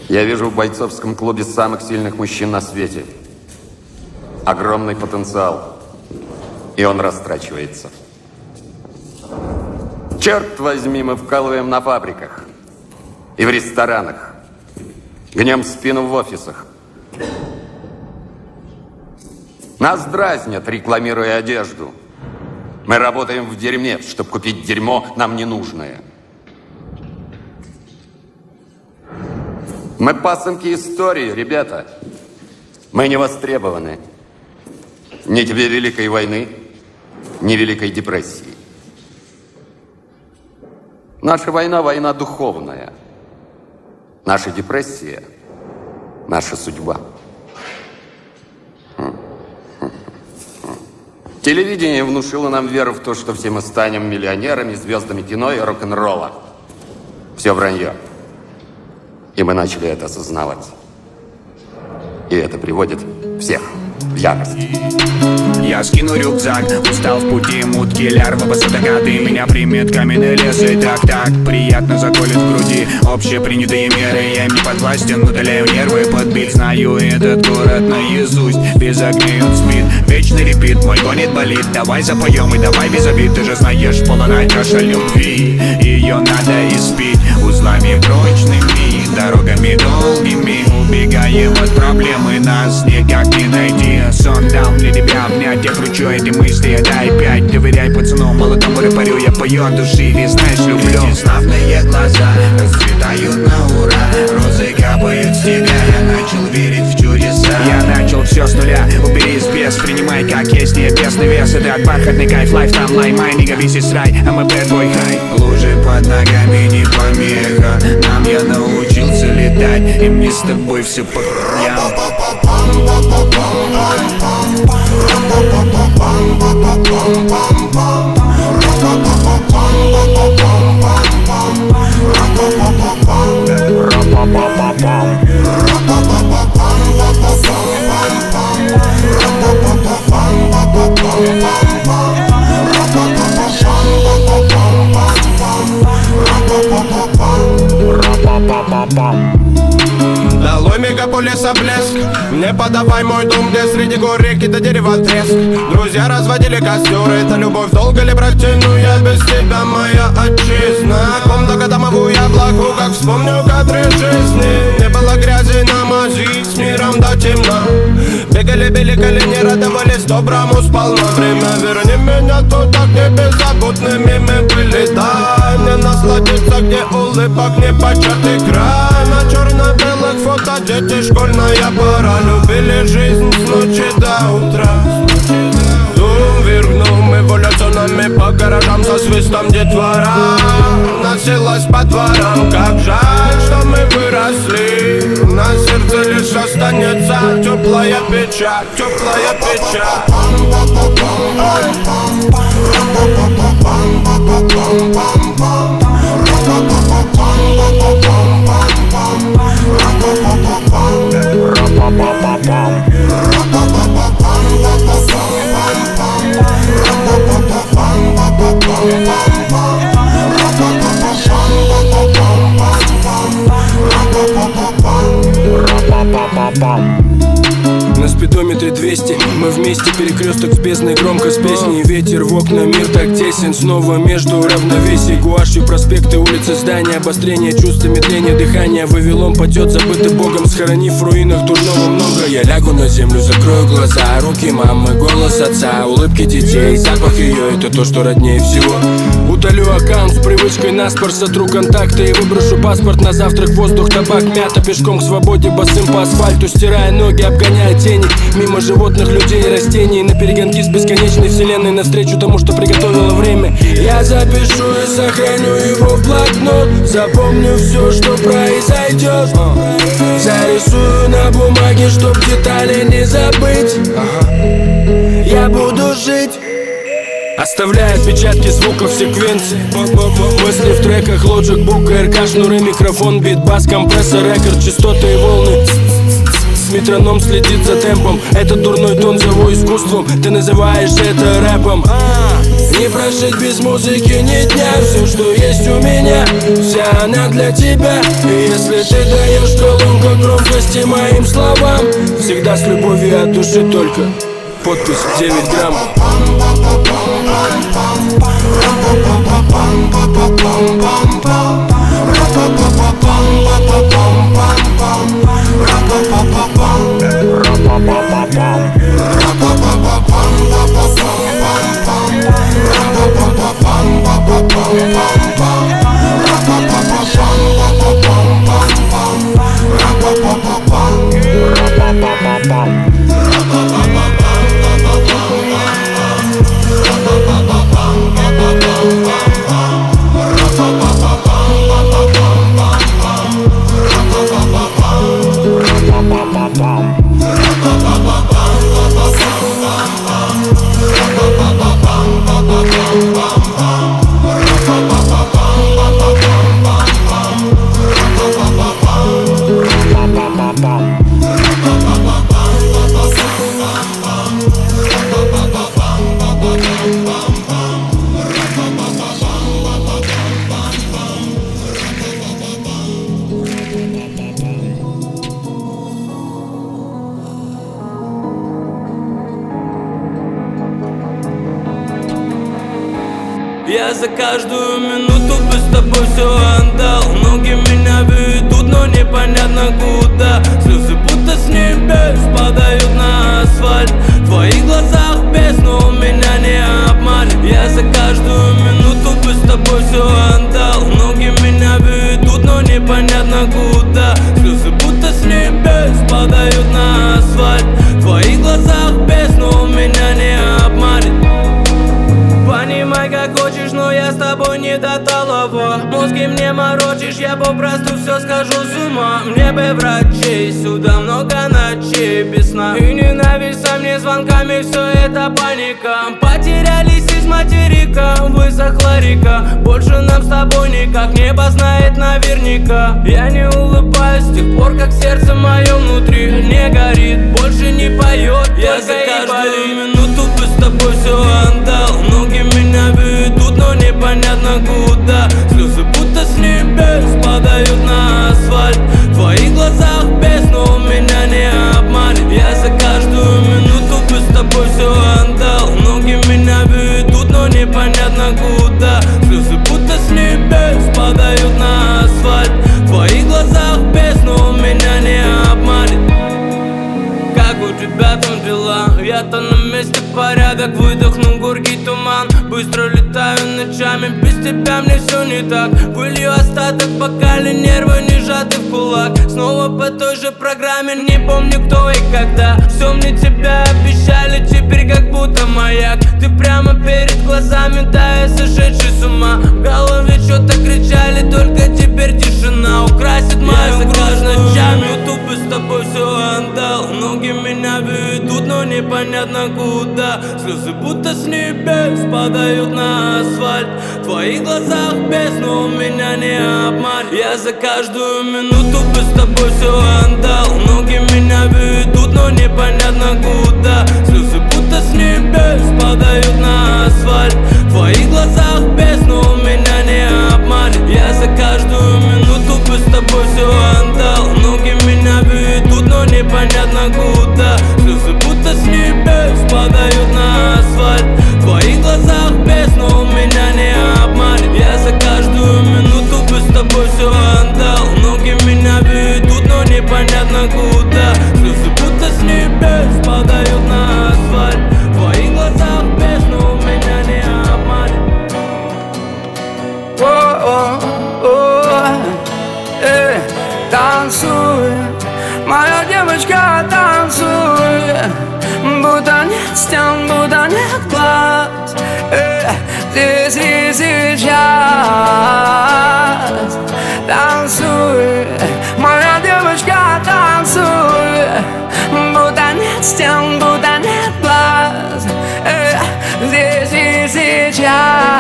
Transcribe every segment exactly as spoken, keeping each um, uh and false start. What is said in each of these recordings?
Я вижу в бойцовском клубе самых сильных мужчин на свете. Огромный потенциал. И он растрачивается. Черт возьми, мы вкалываем на фабриках. И в ресторанах. Гнем спину в офисах. Нас дразнят, рекламируя одежду. Мы работаем в дерьме, чтобы купить дерьмо нам ненужное. Мы пасынки истории, ребята. Мы не востребованы. Ни тебе Великой войны, ни Великой депрессии. Наша война – война духовная. Наша депрессия – наша судьба. Телевидение внушило нам веру в то, что все мы станем миллионерами, звездами кино и рок-н-ролла. Все вранье. И мы начали это осознавать. И это приводит всех в ярость. Я скину рюкзак, устал в пути, мутки, лярвы, басатакаты. Меня примет каменный лес и так-так приятно заколет в груди общепринятые меры. Я им не подвластен, удаляю нервы, подбит. Знаю этот город наизусть, без огней он спит. Вечный репит, мой гонит болит. Давай запоем и давай без обид. Ты же знаешь, полная чаша любви. Ее надо испить узлами прочными, дорогами долгими. Убегаем от проблемы, нас никак не найти. Сон дал для тебя обнять, я кручу эти мысли, дай пять. Доверяй пацану, молодому рэперю, я пою от души, ведь знаешь, люблю. Эти славные глаза расцветают на ура, розы капают с тебя, я начал верить в чудеса. Я начал все с нуля, убери спец, принимай как есть небесный вес. Это бархатный кайф, лайф там лаймай, не говись и срай, а мы bad boy high. Лужи под ногами не помеха, нам я научился летать, и мне с тобой все по хуям. Долой мегаполиса блеск, не подавай мой дом, где среди гор реки до дерева треск. Друзья разводили костер, это любовь долго ли протяну я без тебя, моя отчизна. Комната домовую яблоку, как вспомню кадры жизни. Не было грязи на мази, с миром до темна. Бегали, били колени, радовались доброму сполна. Время верни меня туда, где беззаботными мы были. Дай мне насладиться, где улыбок не початый край. На черно-белых фото дети, школьная пора. Любили жизнь с ночи до утра. Дум вергнул, мы эволюционами по гаражам со свистом детвора носилась по дворам, как жаль, что мы выросли. На сердце лишь останется теплая печать, теплая печать. На спидометре двести, мы вместе, перекресток с бездной, громко с песней. Ветер в окна, мир так тесен, снова между равновесий. Гуашью проспекты, улицы, здания, обострение чувств, медление дыхания. Вавилон падет, забытый Богом, схоронив в руинах дурного много. Я лягу на землю, закрою глаза, руки мамы, голос отца, улыбки детей, запах ее, это то, что роднее всего. Удалю аккаунт с привычкой наспор, сотру контакты и выброшу паспорт на завтрак. Воздух, табак, мята, пешком к свободе, босым по асфальту, стирая ноги, обгоняя тени. Мимо животных, людей и растений, на перегонки с бесконечной вселенной, навстречу тому, что приготовило время. Я запишу и сохраню его в блокнот, запомню все, что произойдет. Зарисую на бумаге, чтоб детали не забыть. Я буду жить, оставляя отпечатки звуков секвенции. Мысли в треках, Logic, Book, РК, шнуры, микрофон, бит, бас, компрессор, рекорд, частоты и волны. Метроном следит за темпом, этот дурной тон зову искусством. Ты называешь это рэпом. Не прожить без музыки ни дня. Все, что есть у меня, вся она для тебя. И если ты даешь колонку моим словам. Всегда с любовью от души только. Подпись девять грамм. Я за каждую минуту бы с тобой все отдал. Ноги меня ведут, но непонятно куда. Слезы будто с небес падают на асфальт. В твоих глазах бездну меня не обманет. Я за каждую минуту бы с тобой все отдал. Ноги меня ведут, но непонятно куда. Слезы будто с небес падают на асфальт. В твоих глазах бездну меня не обманет. Понимай, как хочешь, но я с тобой не до талого. Мозги мне морочишь, я попросту все скажу с ума. Мне бы врачей, сюда много ночей без сна. И ненависть со мне звонками, все это паника. Потерялись из материка, высохла река. Больше нам с тобой никак, небо знает наверняка. Я не улыбаюсь с тех пор, как сердце мое внутри не горит, больше не поет. Я за каждую минуту бы с тобой все отдал. Ноги меня ведут, но непонятно куда. Слезы будто с небес падают на асфальт. В твоих глазах бездну меня не обманет. Я за каждую минуту бы с тобой все отдал. Ноги меня ведут, но непонятно куда. Слезы будто с небес падают на асфальт. В твоих глазах бездну меня не обманет. Как у тебя там дела? Я-то на месте, порядок, выдохнул горький туман. Быстро летаю ночами, без тебя мне все не так. Вылью остаток в бокале, нервы не сжаты в кулак. Снова по той же программе, не помню кто и когда. Все мне тебя обещали, теперь как будто маяк. Ты прямо перед глазами, да я сошедший с ума. В голове что-то кричали, только теперь тишина украсит мою грудь ночами. Ютуб с тобой все отдал. Ноги меня ведут, но непонятно куда. Слезы будто с небес падают на асфальт. В твоих глазах бездну меня не обманет. Я за каждую минуту бы с тобой все отдал. Ноги меня ведут, но непонятно куда. Слезы будто с небес падают на асфальт. В твоих глазах бездну меня не обманет. Я за каждую минуту бы с тобой все отдал. Ноги меня ведут, но непонятно куда. Слезы будто с небес падают на асфальт. В твоих глазах бездну меня не обманет. Я за каждую минуту бы с тобой все отдал. Ноги меня ведут, но непонятно куда. Слезы будто с небес падают на асфальт. В твоих глазах бездну меня не обманет. Танцуй, моя девочка, танцуй. Будто нет стен, будто нет глаз. э, Здесь и сейчас. Танцуй, моя девочка, танцуй. Будто нет стен, будто нет глаз. э, Здесь и сейчас.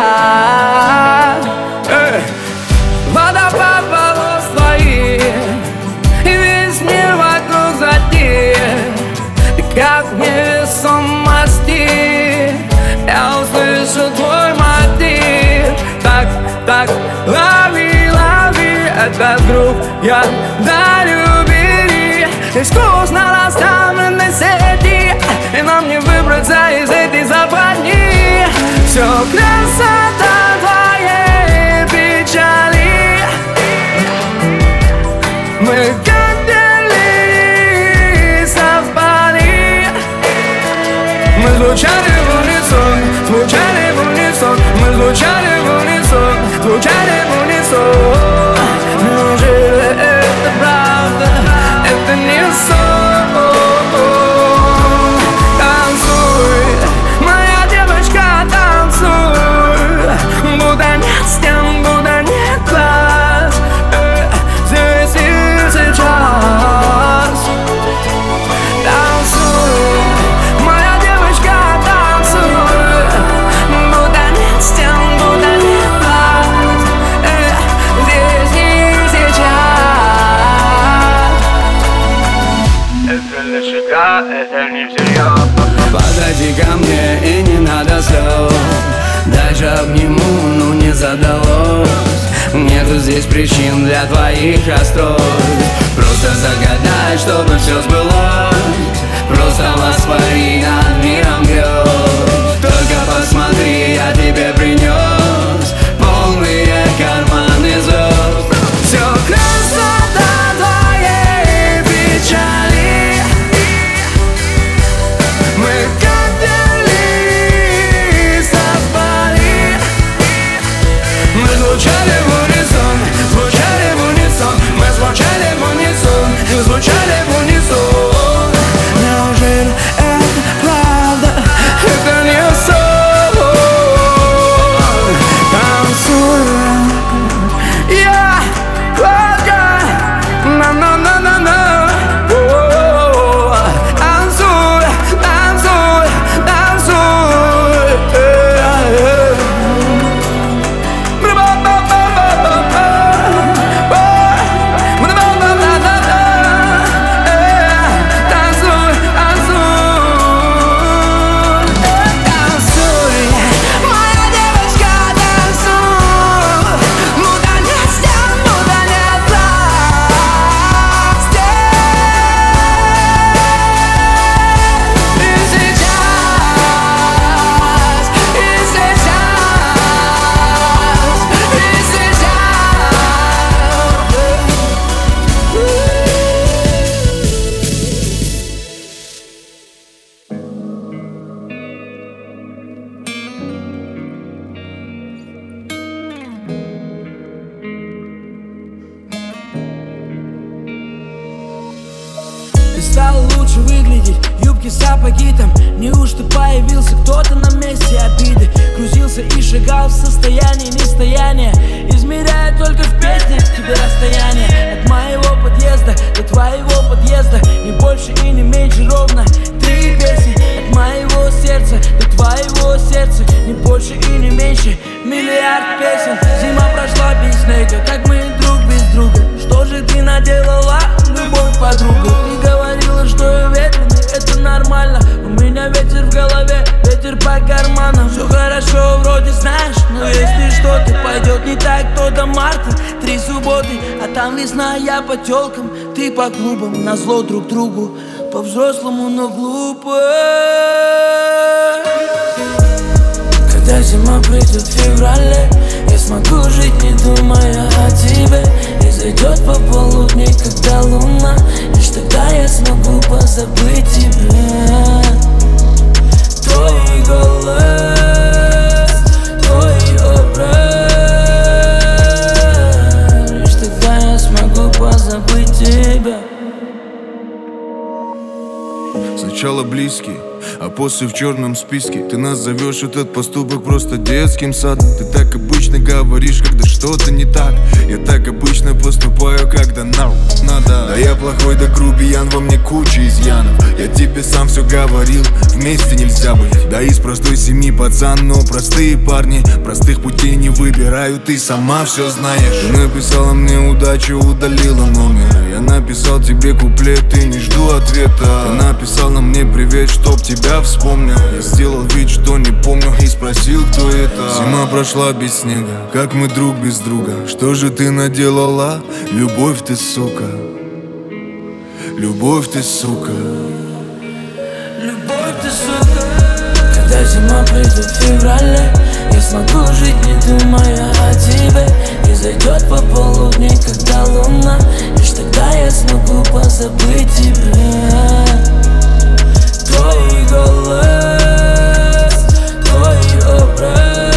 э, Водопад волос твоих, и весь мир вокруг затих. Ты как невесомости, я услышу твой мотив. Так, так, лови, лови этот грув, я дарю, бери. искусно расставлены сети, и нам не выбраться из этой западни. Все красота твоей печали. Мы как вели совпали. Мы звучали в унисон, звучали в унисон. Мы звучали в унисон, звучали в унисон. Неужели это правда? Это не сон. Танцуй, моя девочка, танцуй. Будто нет стен, будто нет глаз. Здесь и сейчас. Танцуй, моя девочка, танцуй. Будто нет стен, будто нет глаз. Здесь и сейчас. Это лишь игра, это не всерьез. Подойди ко мне и не надо слез. Даже обниму, но не задалось. Нету здесь причин для твоих расстройств. Просто загадай, чтобы все сбылось. Просто воспари над миром грез. Только посмотри, я тебе принес полные карманы звезд. Все красота твоей печали. Мы как вели совпали. Мы звучали в унисон, звучали в унисон. Мы звучали в унисон, звучали в унисон. Неужели это правда? Это не сон. Танцуй, я только на-на-на-на-на. Танцуй, танцуй, танцуй. Танцуй, танцуй, моя девочка, танцуй. Будто нет стен, будто нет глаз. И сейчас, и сейчас, и Ты стала лучше выглядеть, юбки, сапоги там. Неужто появился кто-то на месте обиды? Крутился и шагал в состоянии нестояния, измеряя только в песнях тебе расстояние. От моего подъезда до твоего подъезда не больше и не меньше, ровно три песни. От моего сердца до твоего сердца не больше и не меньше, миллиард песен. Зима прошла без снега, как мы друг без друга. Что же ты наделала, любовь, подруга? Ты говорила, что я ветреный, это нормально. У меня ветер в голове, ветер по карманам. Все хорошо, вроде знаешь, но если что-то пойдет не так, то до марта три субботы, а там весна, я по телкам, ты по клубам. Назло друг другу, по-взрослому, но глупо. Когда зима придет в феврале, я смогу жить, не думая о тебе. И зайдет пополудни, когда луна, лишь тогда я смогу позабыть тебя. Твой голос, твой образ, лишь тогда я смогу позабыть тебя. Сначала близкий, а после в черном списке. Ты назовешь этот поступок просто детским садом. Ты так обычно говоришь, когда что-то не так. Я так обычно поступаю, когда нам надо. Да я плохой, да грубиян, во мне куча изъянов. Я тебе сам все говорил, вместе нельзя быть. Да из простой семьи пацан, но простые парни простых путей не выбирают, ты сама все знаешь. Ты написала мне удачу, удалила номер. Я написал тебе куплет, ты не жду ответа. Ты написала мне привет, чтоб тебя вспомнил. Я сделал вид, что не помню, и спросил, кто это. Зима прошла без снега, как мы друг без друга. Что же ты наделала, любовь ты, сука? любовь ты, сука. Любовь ты, сука. Когда зима придет в феврале, я смогу жить, не думая о тебе. И зайдет пополудни, когда луна, лишь тогда я смогу позабыть тебя. Твой голос, твой образ,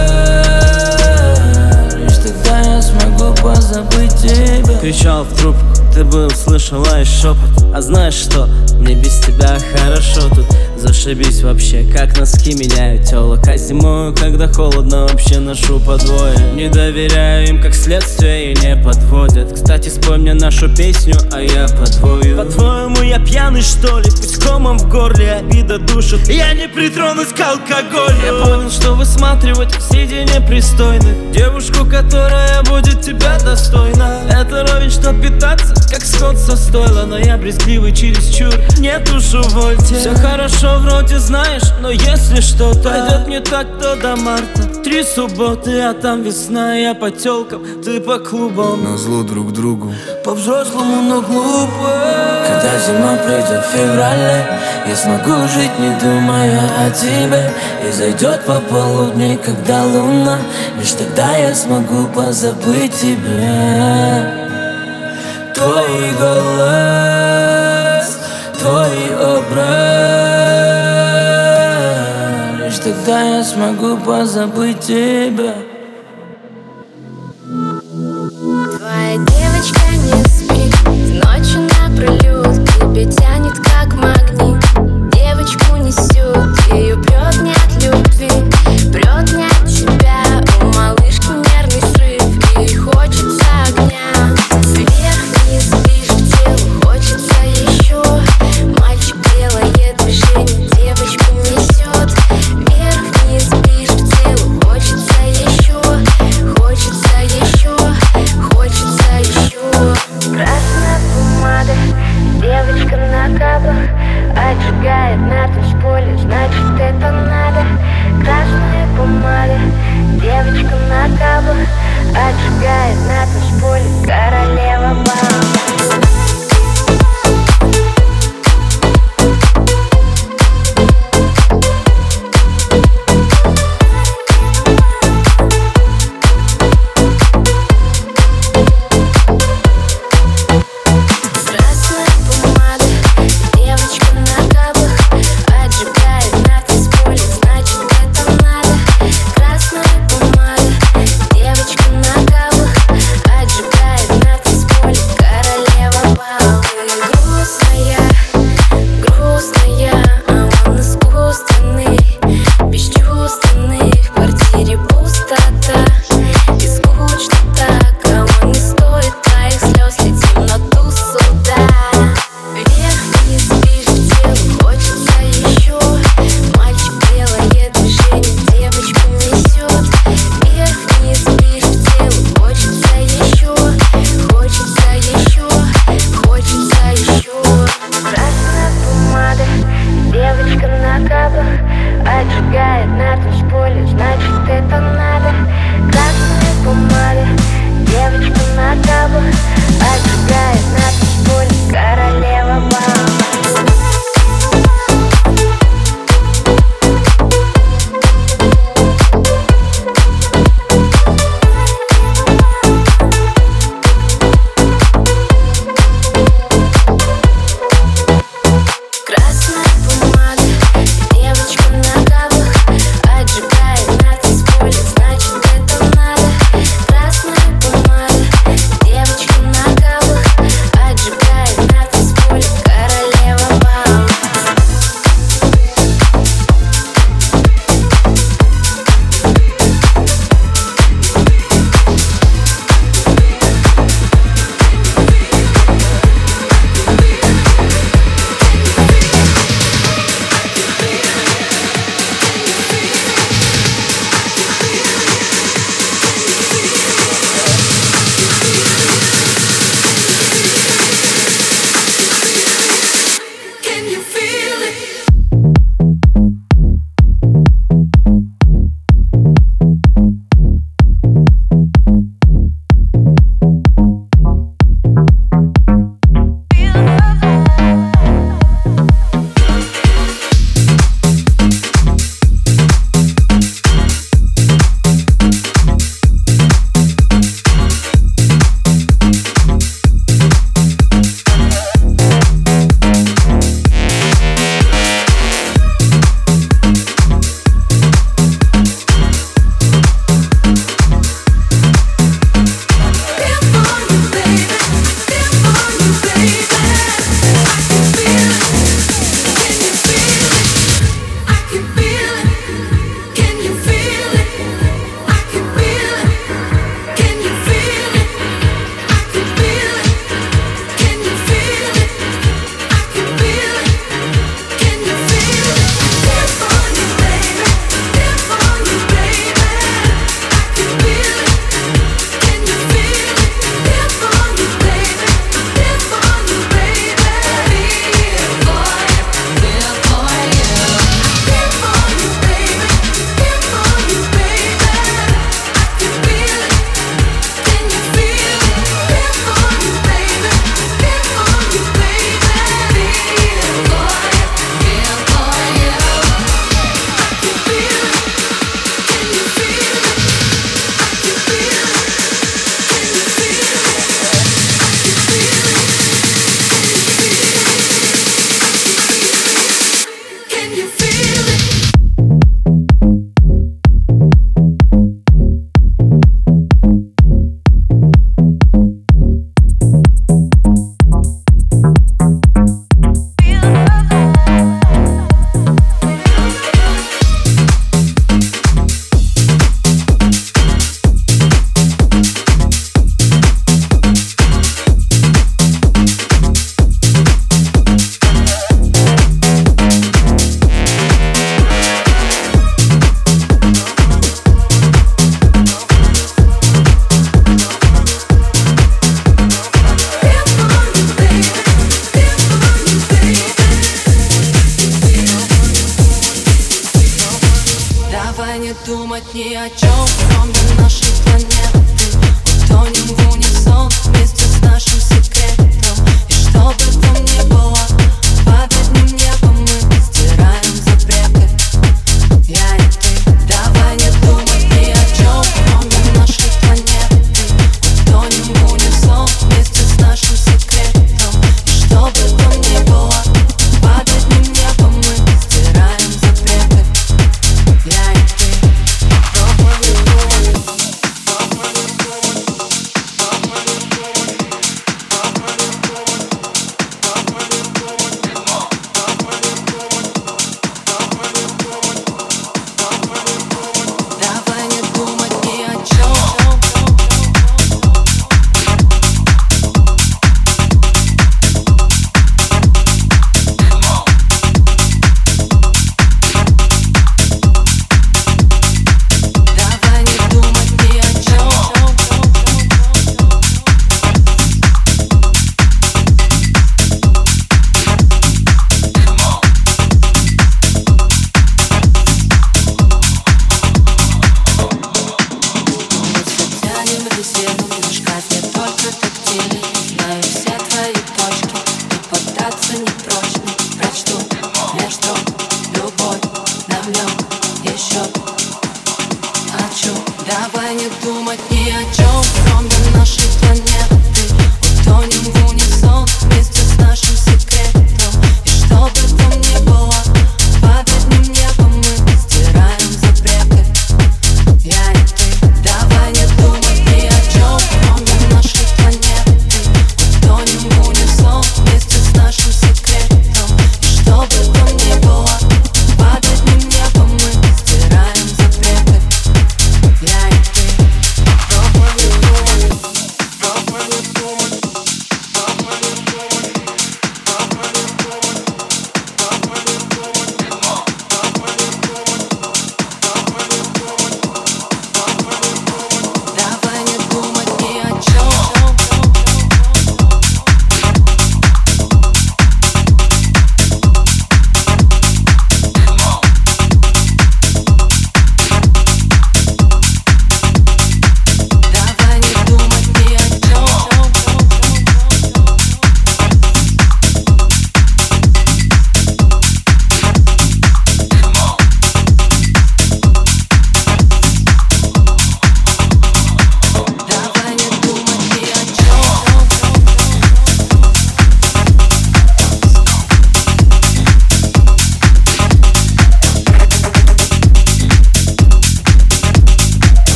лишь тогда я смогу позабыть тебя. Кричал в трубку, ты бы услышала и шепот. А знаешь что, мне без тебя хорошо тут. Зашибись вообще, как носки меняют тёлок. А зимою, когда холодно, вообще ношу подвое. Не доверяю им, как следствие, и не подводят. Кстати, спой мне нашу песню, а я подвою. По-твоему, я пьяный, что ли? Пусть комом в горле обида душит, я не притронусь к алкоголю. Я понял, что высматривать среди непристойных девушку, которая будет тебя достойна. Это ровень, что питаться, как скот со стойла. Но я брезгливый чересчур, не душу вольте. Все хорошо вроде знаешь, но если что-то пойдет не так, то до марта. Три субботы, а там весна, я по тёлкам, ты по клубам. Назло друг другу, По-взрослому, но глупо. Когда зима придет в феврале, я смогу жить, не думая о тебе. И зайдет пополудни, когда луна, лишь тогда я смогу позабыть тебя. Твой голос, твой образ, лишь тогда я смогу позабыть тебя. Твоя девочка не спит, ночью напролёт, к тебе тянет как магнит. Девочку несет, ее прет не от любви, прет не от тебя. У малышки нервный срыв, ей хочется огня. Вверх-вниз, ближе к телу, хочется еще. Мальчик делает движение, девочку несет. Вверх-вниз, ближе к телу, хочется еще. думать ни о чем, кроме нашей планеты. Утонем в унисон вместе с нашим секретом. И что бы там ни было, под одним небом мы стираем запреты. Я и ты, давай не думать ни о чем, кроме нашей планеты. Утонем в унисон вместе с нашим секретом. И что бы там ни было, под одним небом мы стираем запреты. Я и ты, пробуем.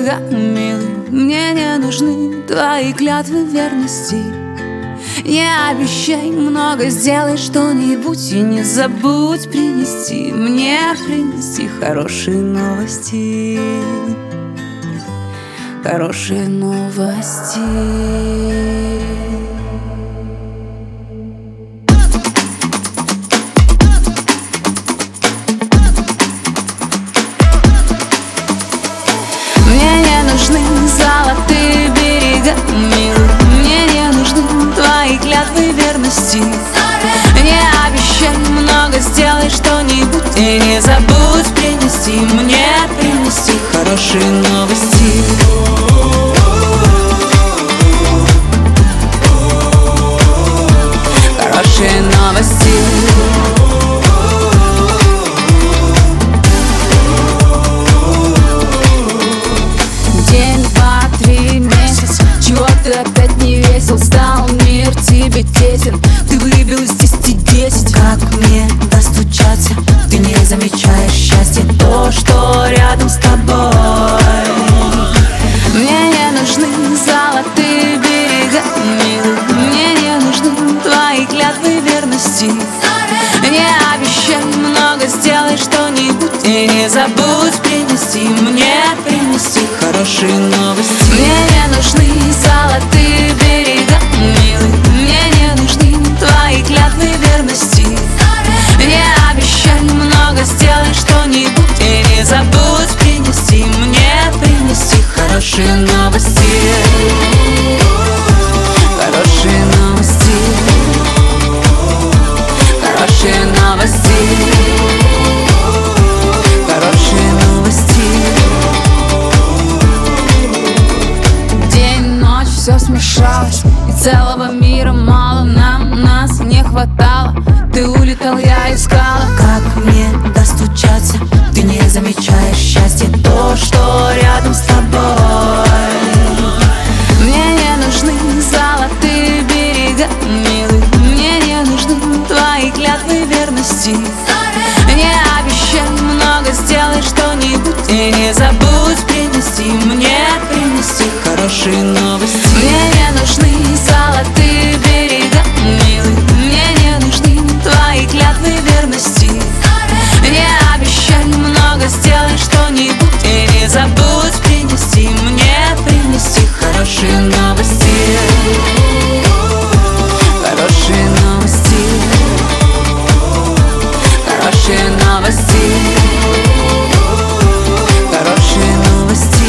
берега, милый. Мне не нужны твои клятвы верности. Не обещай много, сделай что-нибудь. И не забудь принести мне, принести хорошие новости. Хорошие новости. Золотые берега, милый. Мне не нужны твои клятвы верности. Не обещай много, сделай что-нибудь. И не забудь принести мне, принести хорошие новости. Хорошие новости. Ты опять не весел, стал мир тебе тесен. Ты выбил из десяти десять. Как мне достучаться? Ты не замечаешь счастья, то, что рядом с тобой. Мне не нужны золотые берега, милый. Мне не нужны твои клятвы верности. Не обещай много, сделай что-нибудь. И не забудь принести мне, принести хорошие новости. Мне не нужны золотые берега, милый. Мне не нужны твои клятвы верности. Не обещай много, сделай что-нибудь. И не забудь принести мне, принести хорошие новости. Хорошие новости. Хорошие новости. Хорошие новости. День, ночь, все смешалось. И целого мира мало нам, нас не хватало. Ты улетал, я искала. Как мне достучаться? Ты не замечаешь счастья, то, что рядом с тобой. Мне не нужны золотые берега, милый. Мне не нужны твои клятвы верности. Не обещай много, сделай что-нибудь. И не забудь принести мне, принести хорошие новости. Мне не нужны золотые берега, милый. Мне не нужны твои клятвы верности. Не обещай много, сделай что-нибудь. И не забудь принести мне, принести хорошие новости. Хорошие новости. Хорошие новости. Хорошие новости.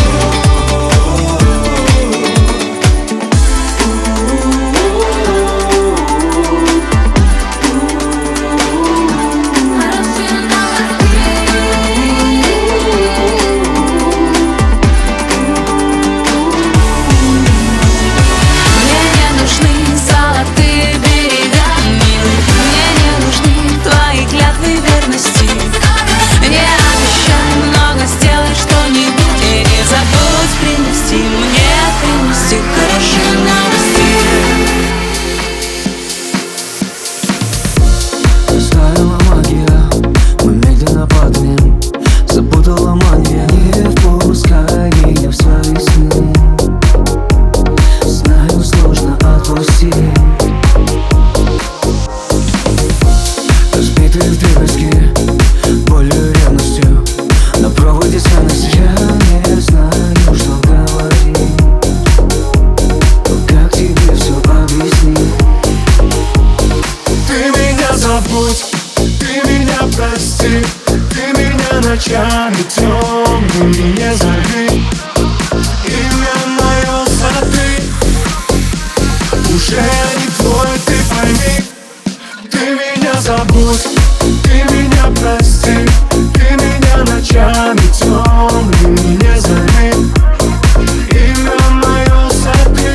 ночами темными не зови. Имя мое Саты, уже не твой, ты пойми. Ты меня забудь, ты меня прости. Ты меня ночами темными не зови. Имя мое Саты,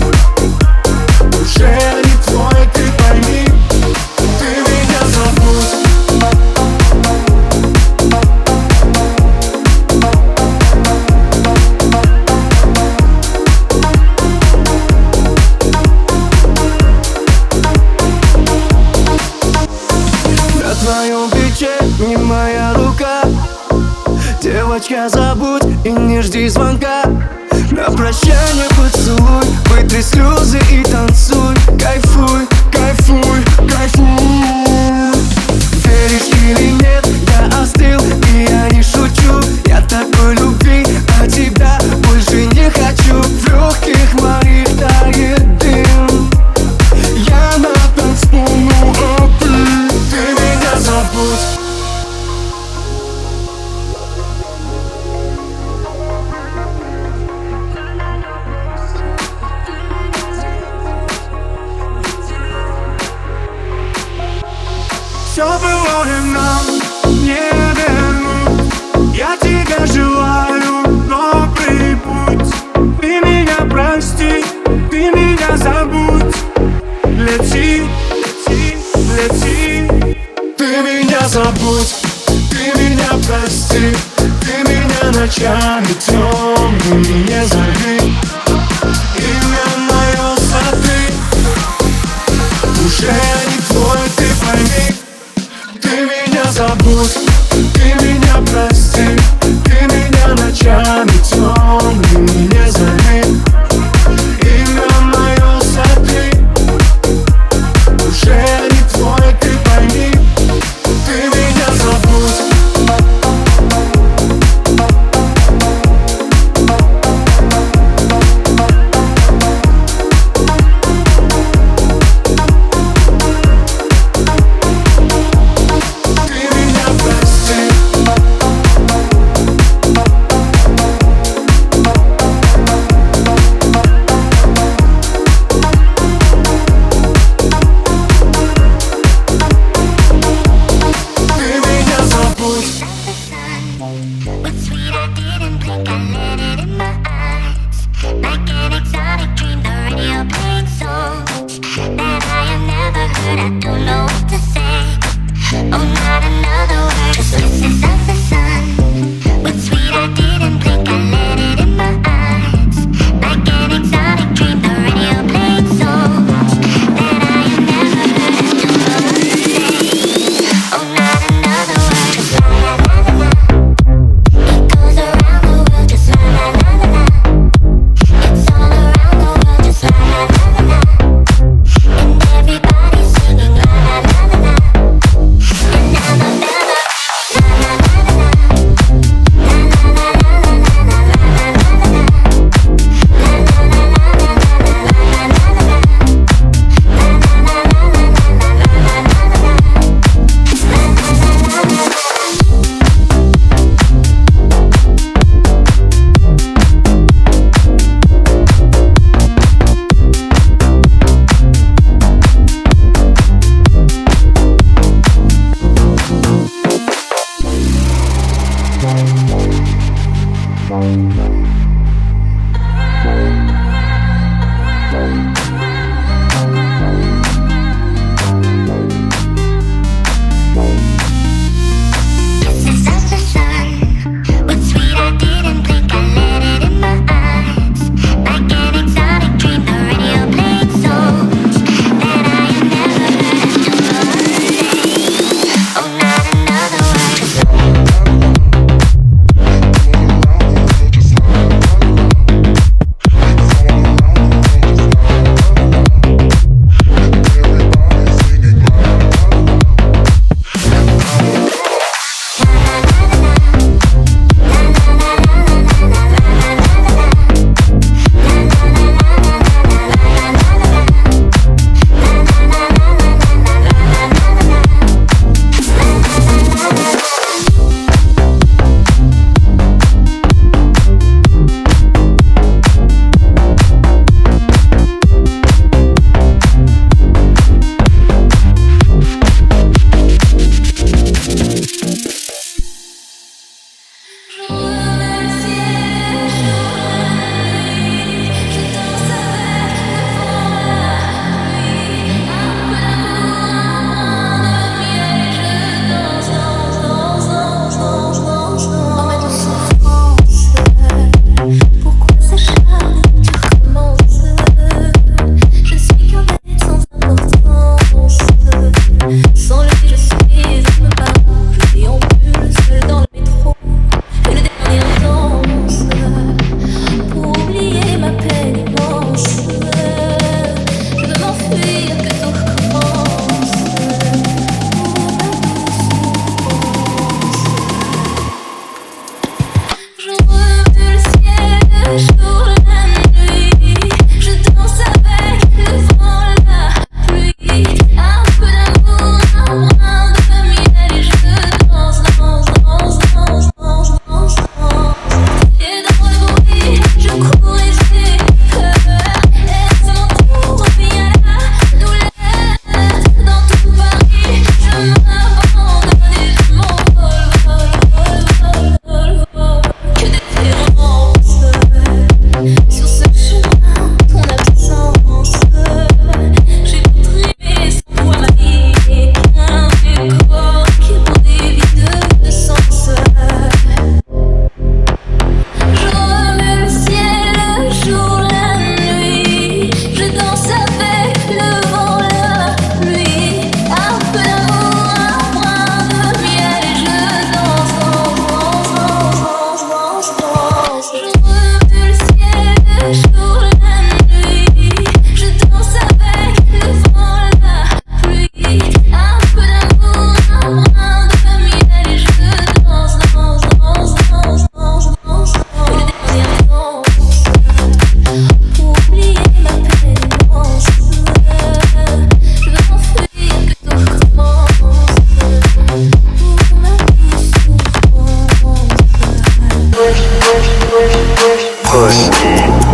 уже не твой, ты пойми. Ты меня забудь. На твоем плече не моя рука. Девочка, забудь и не не жди звонка. На прощание поцелуй, вытри слезы и танцуй. Кайфуй, кайфуй, кайфуй. Веришь или нет, я остыл, и я не шучу. Я такой любви, а тебя больше не хочу. В легких моих тает дым. Я на танцполу, а ты, ты меня забудь. Все было нам не вернуть. Я тебя желаю добрый путь. Ты меня прости, ты меня забудь. Лети, лети, лети. Ты меня забудь, ты меня прости. Ты меня ночами темными не зови. Имя мое сады уже не твой, ты пойми. Ты меня забудь, ты меня прости. Ты меня ночами темными не зови. Имя мое сады уже не твой, ты пойми. Ты меня забудь.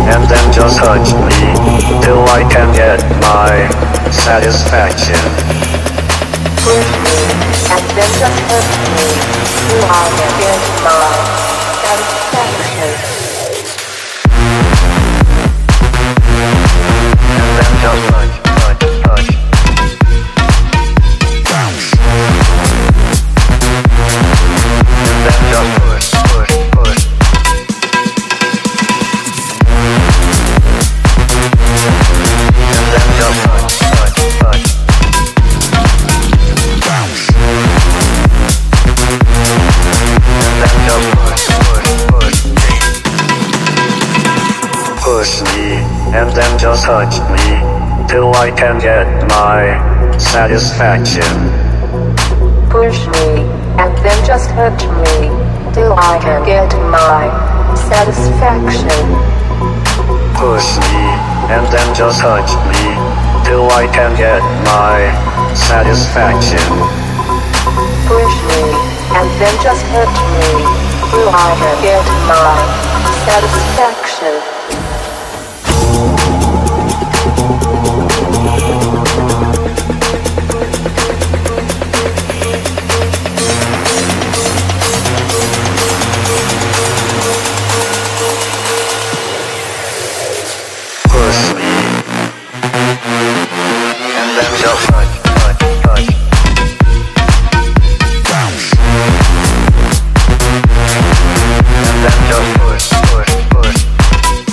and then just touch me till I can get my satisfaction. Push me, and then just hurt me till I can get my satisfaction. And then just touch, touch, touch. Bounce. And then just push, push, push. And then just touch, touch, touch. Bounce. And then just push, push, push. Push me, and then just touch me till I can get my satisfaction. Push me, and then just hurt me till I can get my satisfaction. Push me, and then just touch me till I can get my satisfaction. Push me, and then just hurt me till I can get my satisfaction. Push me, and then just touch, touch, touch. Bounce. And then just push, push, push.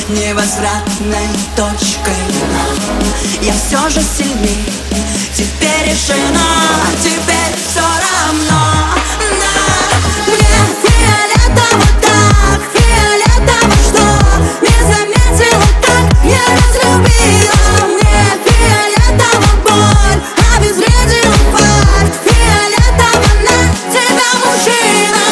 невозвратной точкой. Я все же сильней, теперь решено, теперь все равно. Да. Мне фиолетово так, фиолетово, что не заметила, как я разлюбила. Мне фиолетово боль, обезвредила факт. Фиолетово на тебя, мужчина.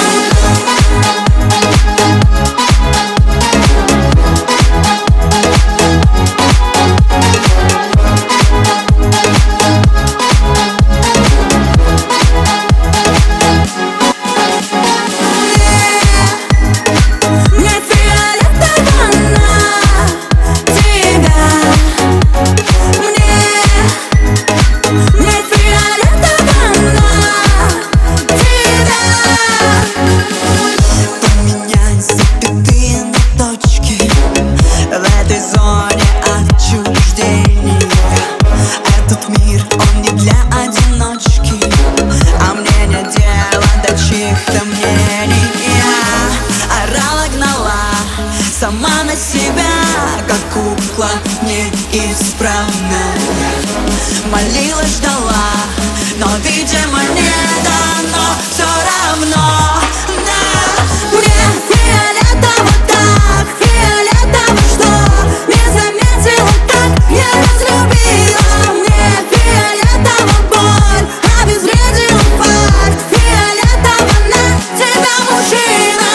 Сама на себя, как кукла неисправная. Молилась, ждала, но, видимо, не дано. Все равно, да. Мне фиолетово так, фиолетово, что не заметила, как я разлюбила. Мне фиолетово боль, обезвредила факт. Фиолетово на тебя, мужчина.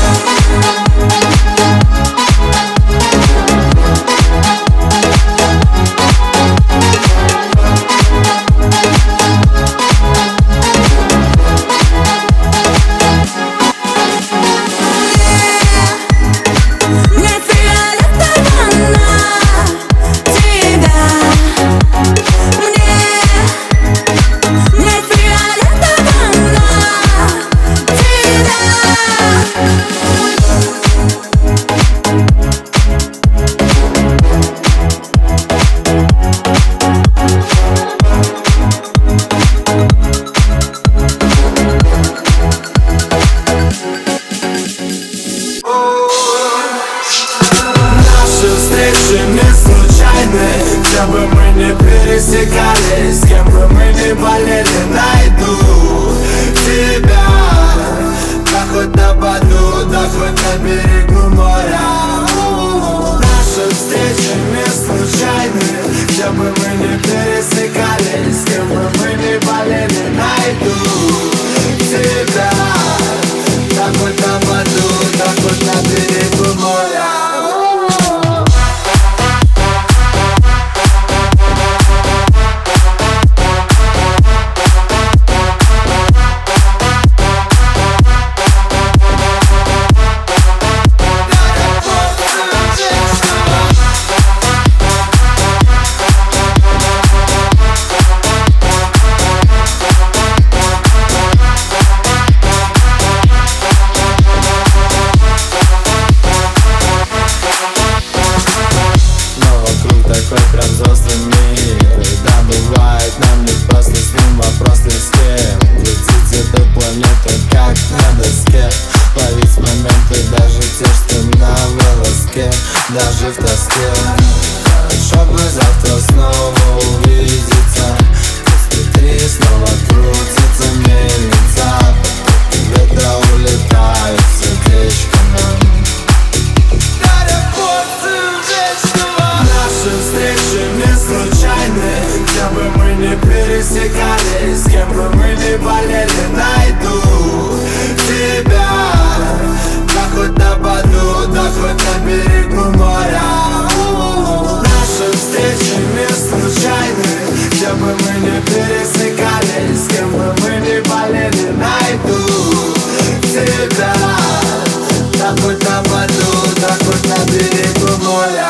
Где бы мы не пересекались, с кем бы мы ни болели, найду тебя. Да хоть на Баду, да хоть на берегу моря. Наши встречи не случайны. Где бы мы ни пересекались, с кем бы мы ни болели, найду тебя. Да хоть на Баду, да хоть на берегу моря. Такой прям взрослый мир. Да, бывает, нам не просто с ним, вопрос не с кем. Лететь эту планету как на доске. Ловить моменты, даже те, что на волоске. Даже в тоске. Хорошо бы завтра снова увидеться. После три снова крутится мельница. Ветра улетают сердечко нам. Наши встречи не случайны. Где бы мы ни пересекались, с кем бы мы ни болели, найду тебя. Да хоть на Баду, да хоть на берегу моря. Наши встречи не случайны. Где бы мы ни пересекались, с кем бы мы ни болели, найду тебя. Да хоть на Баду, да хоть на берегу моря.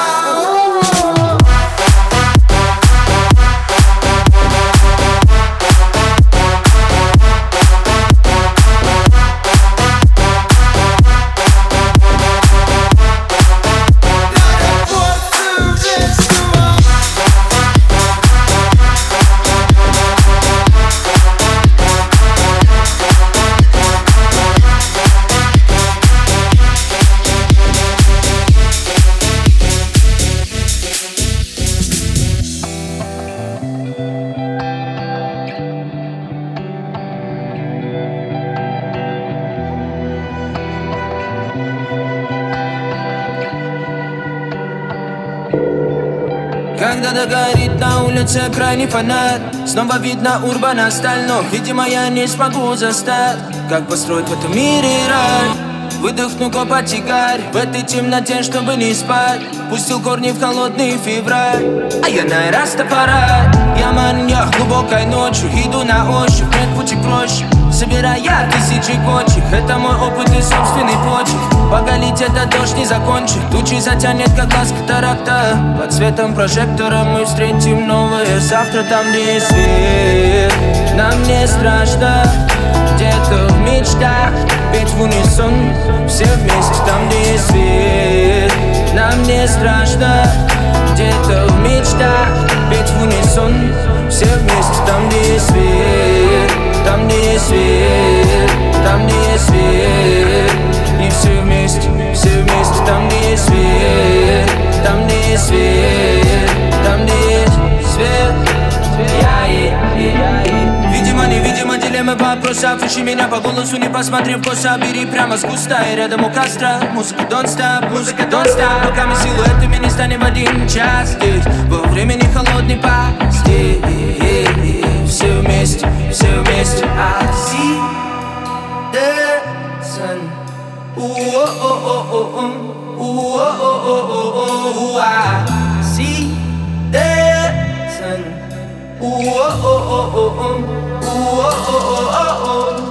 Когда догорит на улице крайний фонарь, снова видно урбан остальных. Видимо, я не смогу застать, как построить в этом мире рай. Выдохну копоть сигарь в этой темноте, чтобы не спать. Пустил корни в холодный февраль, а я на Растафарай. Я маньяк глубокой ночью, иду на ощупь, нет пути проще, собирая тысячи кончик. Это мой опыт и собственный почерк. Пока летит этот дождь не закончит, тучи затянет, как глаз катаракта. Под светом прожектора мы встретим новое завтра, там, где есть свет. Нам не страшно, где-то в мечтах петь в унисон, все вместе, там, где есть свет. Нам не страшно, где-то в мечтах петь в унисон, все вместе, там, где есть свет. Там, где есть свет, там, где есть свет. И все вместе, все вместе, там, где есть свет. Там, где есть свет, там, где есть свет. Я, я, я, я. Видимо, невидимо, дилеммы вопросов. Ищи меня по голосу, не посмотрев коса. Бери прямо с куста и рядом у костра. Музыка don't stop, музыка don't stop. Пока мы силуэтами не станем в один час здесь, во времени холодной пасти. Все вместе, все вместе. I see the sun. Ooh, oh, oh, oh, oh, oh. Ooh, oh, oh, oh, oh, oh. I see the sun. Ooh, oh, oh, oh, oh, oh. Ooh, oh, oh, oh, oh.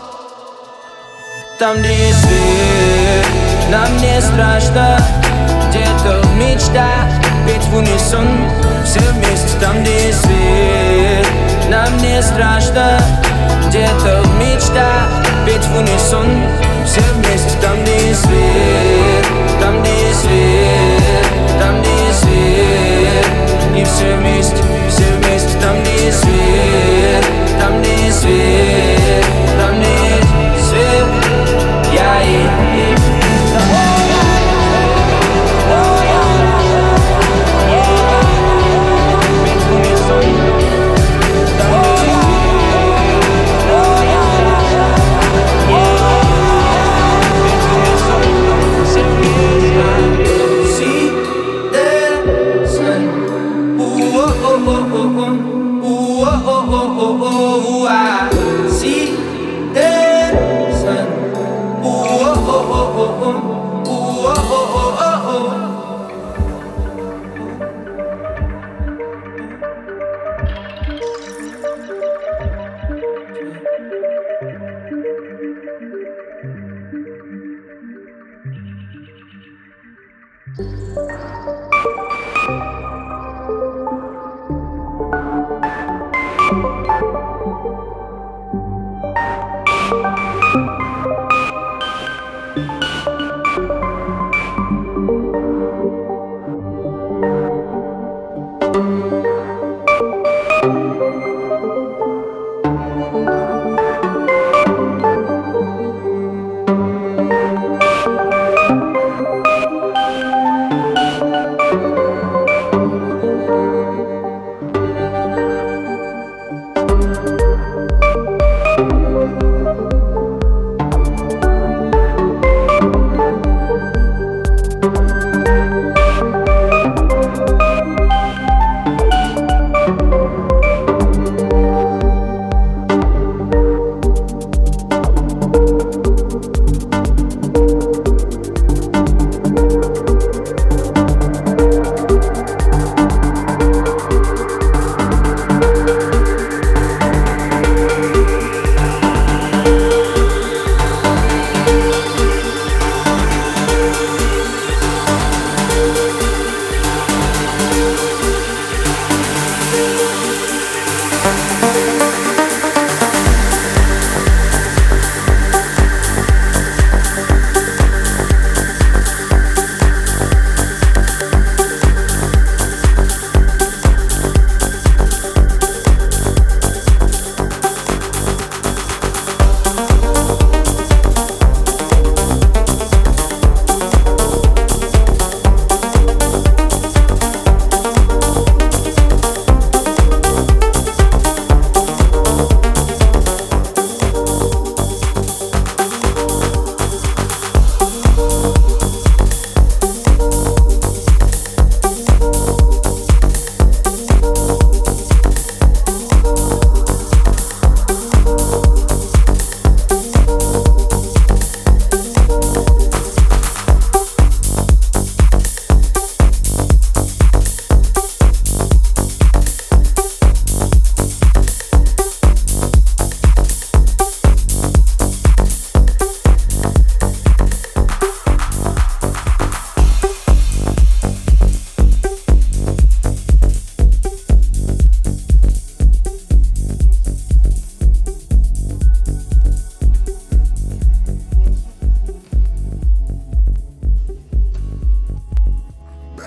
Там, где есть свет, нам не страшно, где-то в мечтах петь в унисон, все вместе, там, где есть свет. Нам не страшно, где-то в мечтах петь в унисон, все вместе, там, где есть свет. Там, где есть свет, там, где есть свет. И все вместе, все вместе, там, где есть свет. Там, где есть свет, там, где есть свет. Я и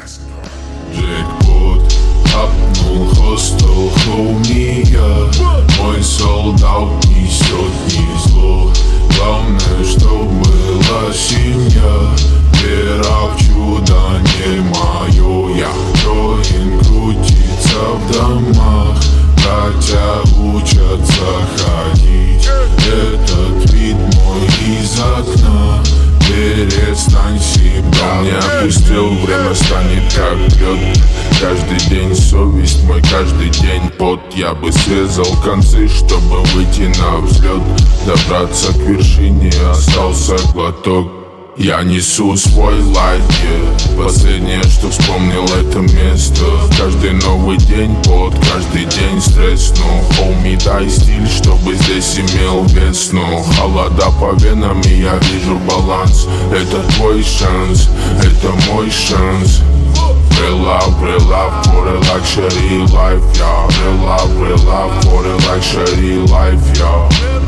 Джекпот, хапнул хостел, хоумия. Мой солдат несет не зло. Главное, чтоб была семья. Вера в чудо не мое. Я Джоин крутится в домах. Братья учатся ходить. Этот вид мой из окна. Перестань себя. Не опустил, время станет как лед. Каждый день совесть мой, каждый день пот. Я бы срезал концы, чтобы выйти на взлет. Добраться к вершине, остался глоток. Я несу свой лайт, yeah. Последнее, что вспомнил, это место. Каждый новый день пот, каждый день стресс. Ну, хоуми, дай стиль, чтобы здесь имел вес. Ну, холода по венам, и я вижу баланс. Это твой шанс, это мой шанс. Real love, real love for a luxury life, yeah. Real love, real love for a luxury life, yeah.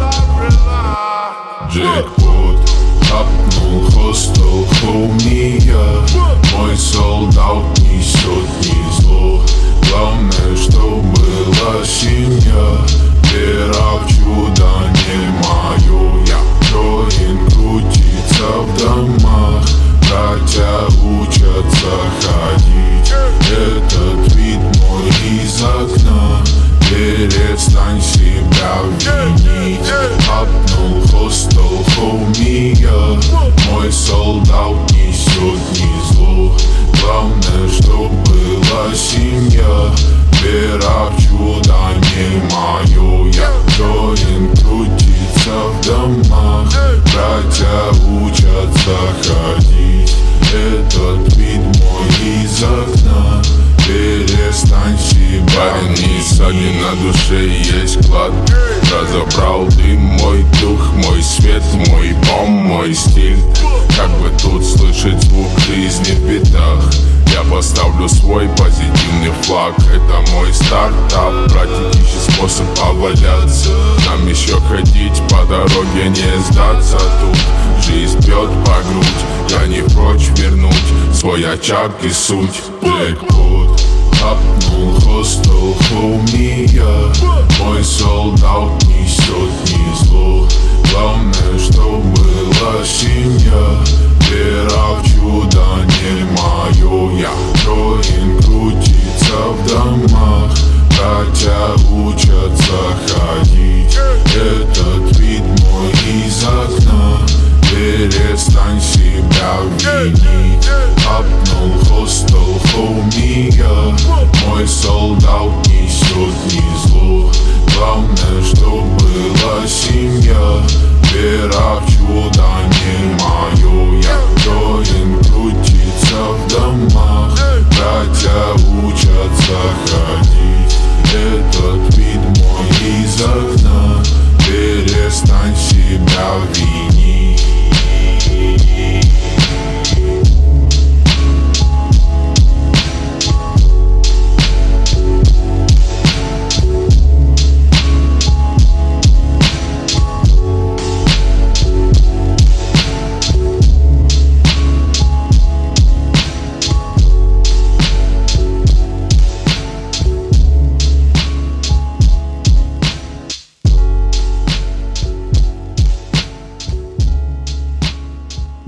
Джекпот, хапнул хостел, хоумия. Мой солдат несет не зло. Главное, чтоб была семья. Вера в чудо не мое. Я Джоин крутится в домах. Братья учатся ходить. Этот вид мой из окна. Перестань себя винить. Хапнул хостел, хоумия. Мой солдат несет не зло. Главное, чтоб была семья. Вера в чудо не мое. Я Джоин крутится в домах. Братья учатся ходить. Этот вид мой из окна. Перестань себя. Парень не садни, на душе есть клад. Разобрал дым, мой дух, мой свет, мой бом, мой стиль. Как бы тут слышать звук жизни в битах. Я поставлю свой позитивный флаг. Это мой стартап. Братик ищет способ поваляться. Нам еще ходить по дороге, не сдаться. Тут жизнь бьет по грудь. Я не прочь вернуть свой очаг и суть. Джекпот, хапнул хостел, хоумия. Мой солдат несет не зло. Главное, чтоб была семья. Вера в чудо не моя.